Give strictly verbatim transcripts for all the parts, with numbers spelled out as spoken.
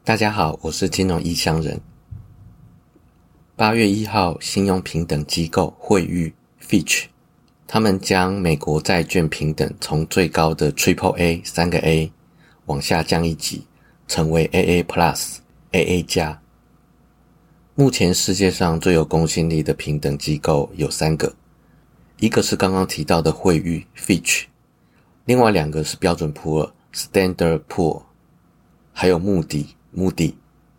大家好，我是金融异乡人。八月一号，信用平等机构惠誉 Fitch， 他们将美国债券平等从最高的 Triple A 三个 A 往下降一级，成为 A A Plus、A A 加。目前世界上最有公信力的平等机构有三个，一个是刚刚提到的惠誉 Fitch， 另外两个是标准普尔 Standard Poor， 还有穆迪穆迪。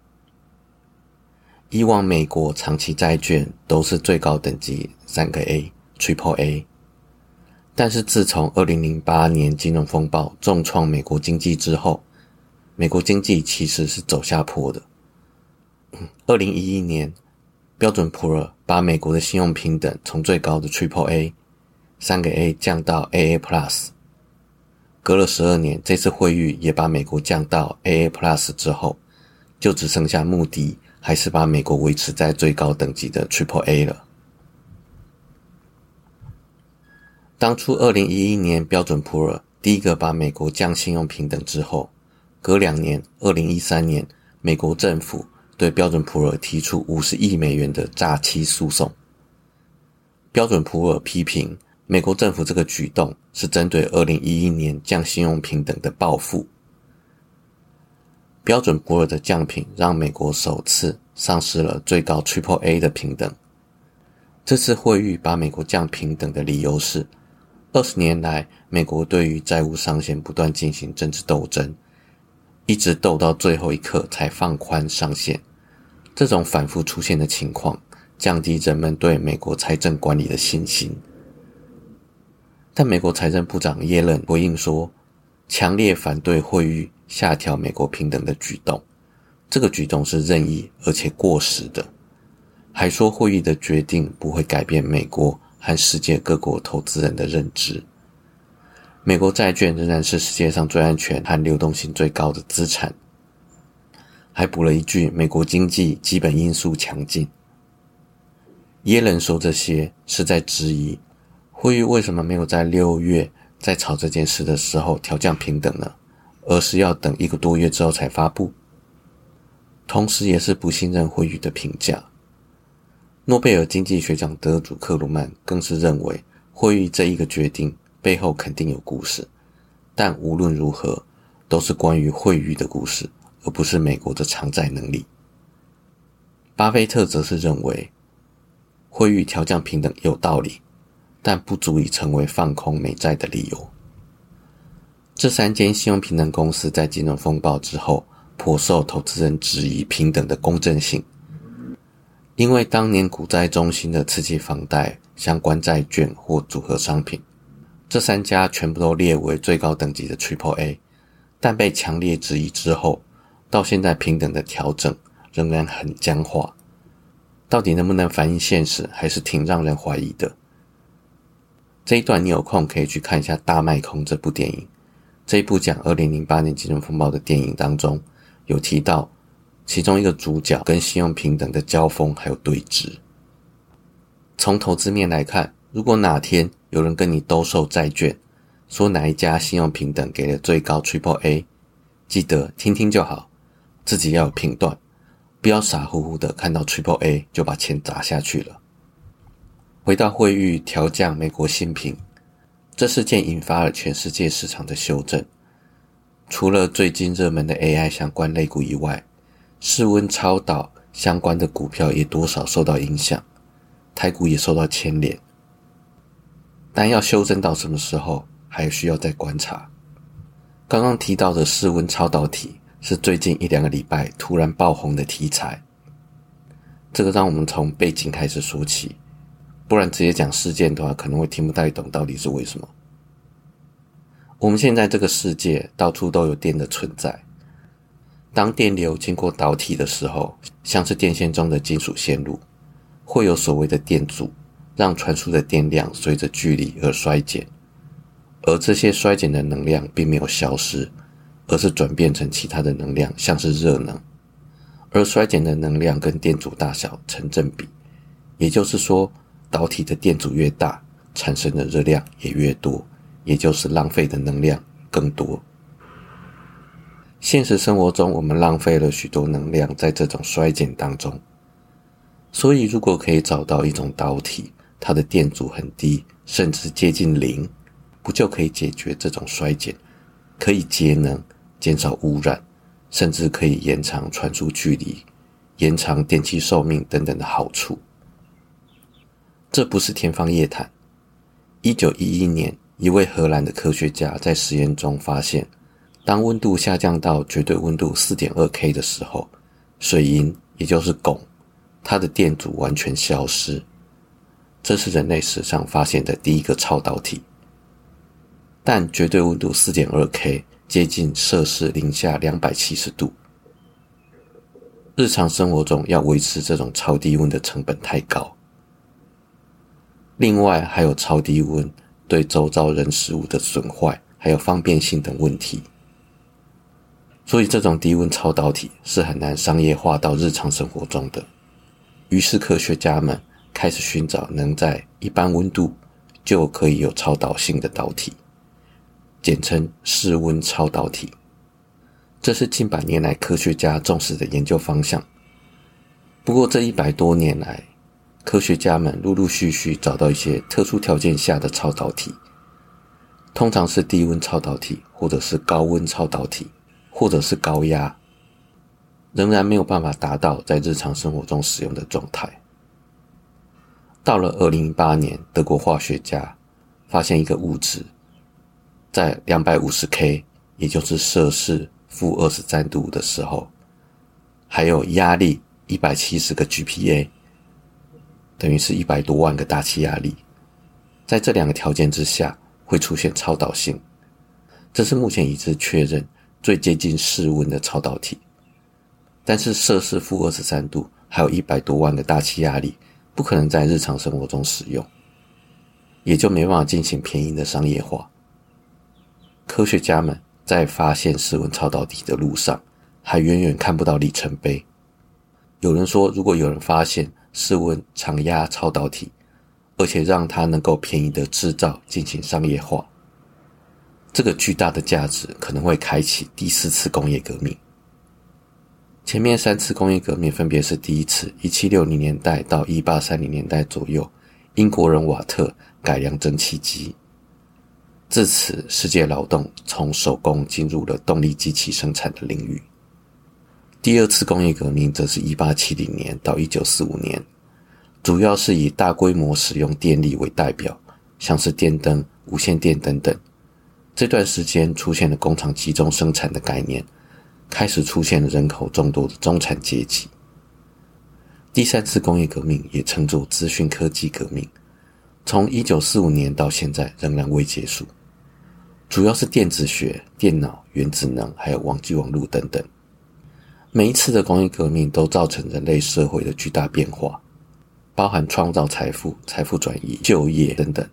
以往美国长期债券都是最高等级三个 A Triple A， 但是自从二零零八年金融风暴重创美国经济之后，美国经济其实是走下坡的。二零一一年标准普尔把美国的信用平等从最高的 Triple A 三个 A 降到 A A Plus， 隔了十二年，这次惠誉也把美国降到 A A Plus 之后，就只剩下穆迪还是把美国维持在最高等级的 Triple A 了。当初二零一一年标准普尔第一个把美国降信用平等之后，隔两年二零一三年美国政府对标准普尔提出五十亿美元的诈欺诉讼。标准普尔批评美国政府这个举动是针对二零一一年降信用平等的报复。标准普尔的降评让美国首次丧失了最高 Triple A 的平等。这次惠誉把美国降平等的理由是，二十年来美国对于债务上限不断进行政治斗争，一直斗到最后一刻才放宽上限。这种反复出现的情况降低人们对美国财政管理的信心。但美国财政部长耶伦回应说，强烈反对惠誉下调美国平等的举动，这个举动是任意而且过时的，还说惠誉的决定不会改变美国和世界各国投资人的认知。美国债券仍然是世界上最安全和流动性最高的资产，还补了一句美国经济基本因素强劲。耶伦说这些是在质疑惠誉为什么没有在六月在吵这件事的时候调降平等呢，而是要等一个多月之后才发布。同时也是不信任惠誉的评价。诺贝尔经济学奖得主克鲁曼更是认为惠誉这一个决定背后肯定有故事，但无论如何都是关于惠誉的故事，而不是美国的偿债能力。巴菲特则是认为惠誉调降平等有道理，但不足以成为放空美债的理由。这三间信用平等公司在金融风暴之后颇受投资人质疑平等的公正性，因为当年股债中心的刺激房贷相关债券或组合商品，这三家全部都列为最高等级的 Triple A， 但被强烈质疑之后，到现在平等的调整仍然很僵化，到底能不能反映现实，还是挺让人怀疑的。这一段你有空可以去看一下《大卖空》这部电影。这一部讲二零零八年金融风暴的电影当中，有提到其中一个主角跟信用平等的交锋还有对峙。从投资面来看，如果哪天有人跟你兜售债券，说哪一家信用平等给了最高 Triple A， 记得听听就好，自己要有评断，不要傻乎乎的看到 Triple A 就把钱砸下去了。回到惠誉调降美国信评，这事件引发了全世界市场的修正。除了最近热门的 A I 相关类股以外，室温超导相关的股票也多少受到影响，台股也受到牵连。但要修正到什么时候，还需要再观察。刚刚提到的室温超导体是最近一两个礼拜突然爆红的题材，这个让我们从背景开始说起，不然直接讲事件的话可能会听不太懂到底是为什么。我们现在这个世界到处都有电的存在，当电流经过导体的时候，像是电线中的金属线路，会有所谓的电阻，让传输的电量随着距离而衰减，而这些衰减的能量并没有消失，而是转变成其他的能量，像是热能，而衰减的能量跟电阻大小成正比，也就是说导体的电阻越大，产生的热量也越多，也就是浪费的能量更多。 现实生活中，我们浪费了许多能量在这种衰减当中。所以如果可以找到一种导体，它的电阻很低，甚至接近零，不就可以解决这种衰减，可以节能，减少污染，甚至可以延长传输距离，延长电器寿命等等的好处。这不是天方夜谭。一九一一年，一位荷兰的科学家在实验中发现，当温度下降到绝对温度 四点二 K 的时候，水银也就是汞，它的电阻完全消失。这是人类史上发现的第一个超导体。但绝对温度 四点二 K 接近摄氏零下两百七十度。日常生活中要维持这种超低温的成本太高。另外还有超低温对周遭人事物的损坏，还有方便性等问题。所以这种低温超导体是很难商业化到日常生活中的。于是科学家们开始寻找能在一般温度就可以有超导性的导体，简称室温超导体。这是近百年来科学家重视的研究方向。不过这一百多年来，科学家们陆陆续续找到一些特殊条件下的超导体，通常是低温超导体，或者是高温超导体，或者是高压，仍然没有办法达到在日常生活中使用的状态。到了二零零八年，德国化学家发现一个物质，在 两百五十 K， 也就是摄氏负二十三度的时候，还有压力一百七十个 G P A， 等于是一百多万个大气压力。在这两个条件之下会出现超导性，这是目前已知确认最接近室温的超导体。但是摄氏负二十三度还有一百多万个大气压力，不可能在日常生活中使用，也就没办法进行便宜的商业化。科学家们在发现室温超导体的路上还远远看不到里程碑。有人说，如果有人发现室温常压超导体，而且让它能够便宜的制造进行商业化，这个巨大的价值可能会开启第四次工业革命。前面三次工业革命分别是第一次一七六零年代到一八三零年代左右，英国人瓦特改良蒸汽机，自此世界劳动从手工进入了动力机器生产的领域。第二次工业革命则是一八七零年到一九四五年，主要是以大规模使用电力为代表，像是电灯、无线电等等。这段时间出现了工厂集中生产的概念，开始出现了人口众多的中产阶级。第三次工业革命也称作资讯科技革命，从一九四五年到现在仍然未结束，主要是电子学、电脑、原子能还有网际网络等等。每一次的工业革命都造成人类社会的巨大变化，包含创造财富、财富转移、就业等等。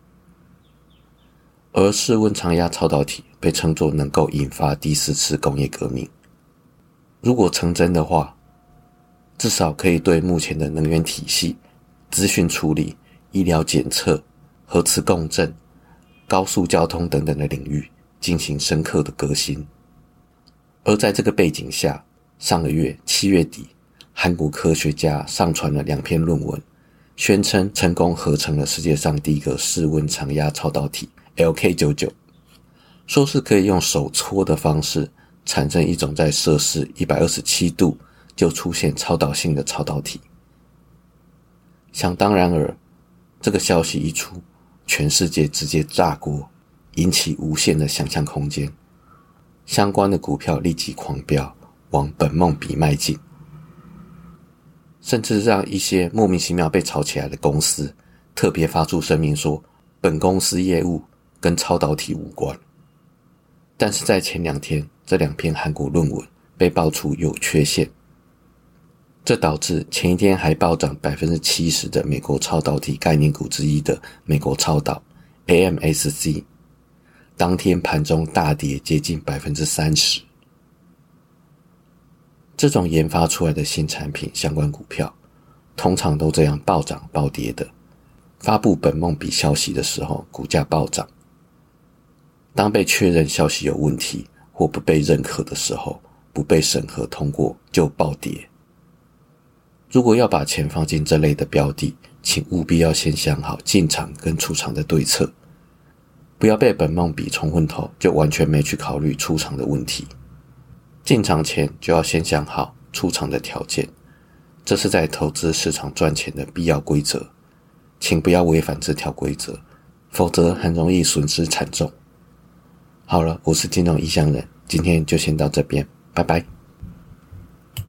而室温常压超导体被称作能够引发第四次工业革命。如果成真的话，至少可以对目前的能源体系、资讯处理、医疗检测、核磁共振、高速交通等等的领域进行深刻的革新。而在这个背景下，上个月七月底，韩国科学家上传了两篇论文，宣称成功合成了世界上第一个室温常压超导体 L K 九十九， 说是可以用手搓的方式产生一种在摄氏一百二十七度就出现超导性的超导体。想当然尔，这个消息一出，全世界直接炸锅，引起无限的想象空间，相关的股票立即狂飙，往本梦比迈进，甚至让一些莫名其妙被炒起来的公司特别发出声明说，本公司业务跟超导体无关。但是在前两天，这两篇韩国论文被爆出有缺陷，这导致前一天还暴涨 百分之七十 的美国超导体概念股之一的美国超导 A M S C， 当天盘中大跌接近 百分之三十。这种研发出来的新产品相关股票通常都这样暴涨暴跌的，发布本梦比消息的时候股价暴涨，当被确认消息有问题， 或不被认可的时候，不被审核通过就暴跌。如果要把钱放进这类的标的，请务必要先想好进场跟出场的对策，不要被本梦比冲昏头就完全没去考虑出场的问题。进场前就要先想好出场的条件，这是在投资市场赚钱的必要规则，请不要违反这条规则，否则很容易损失惨重。好了，我是金融异乡人，今天就先到这边，拜拜。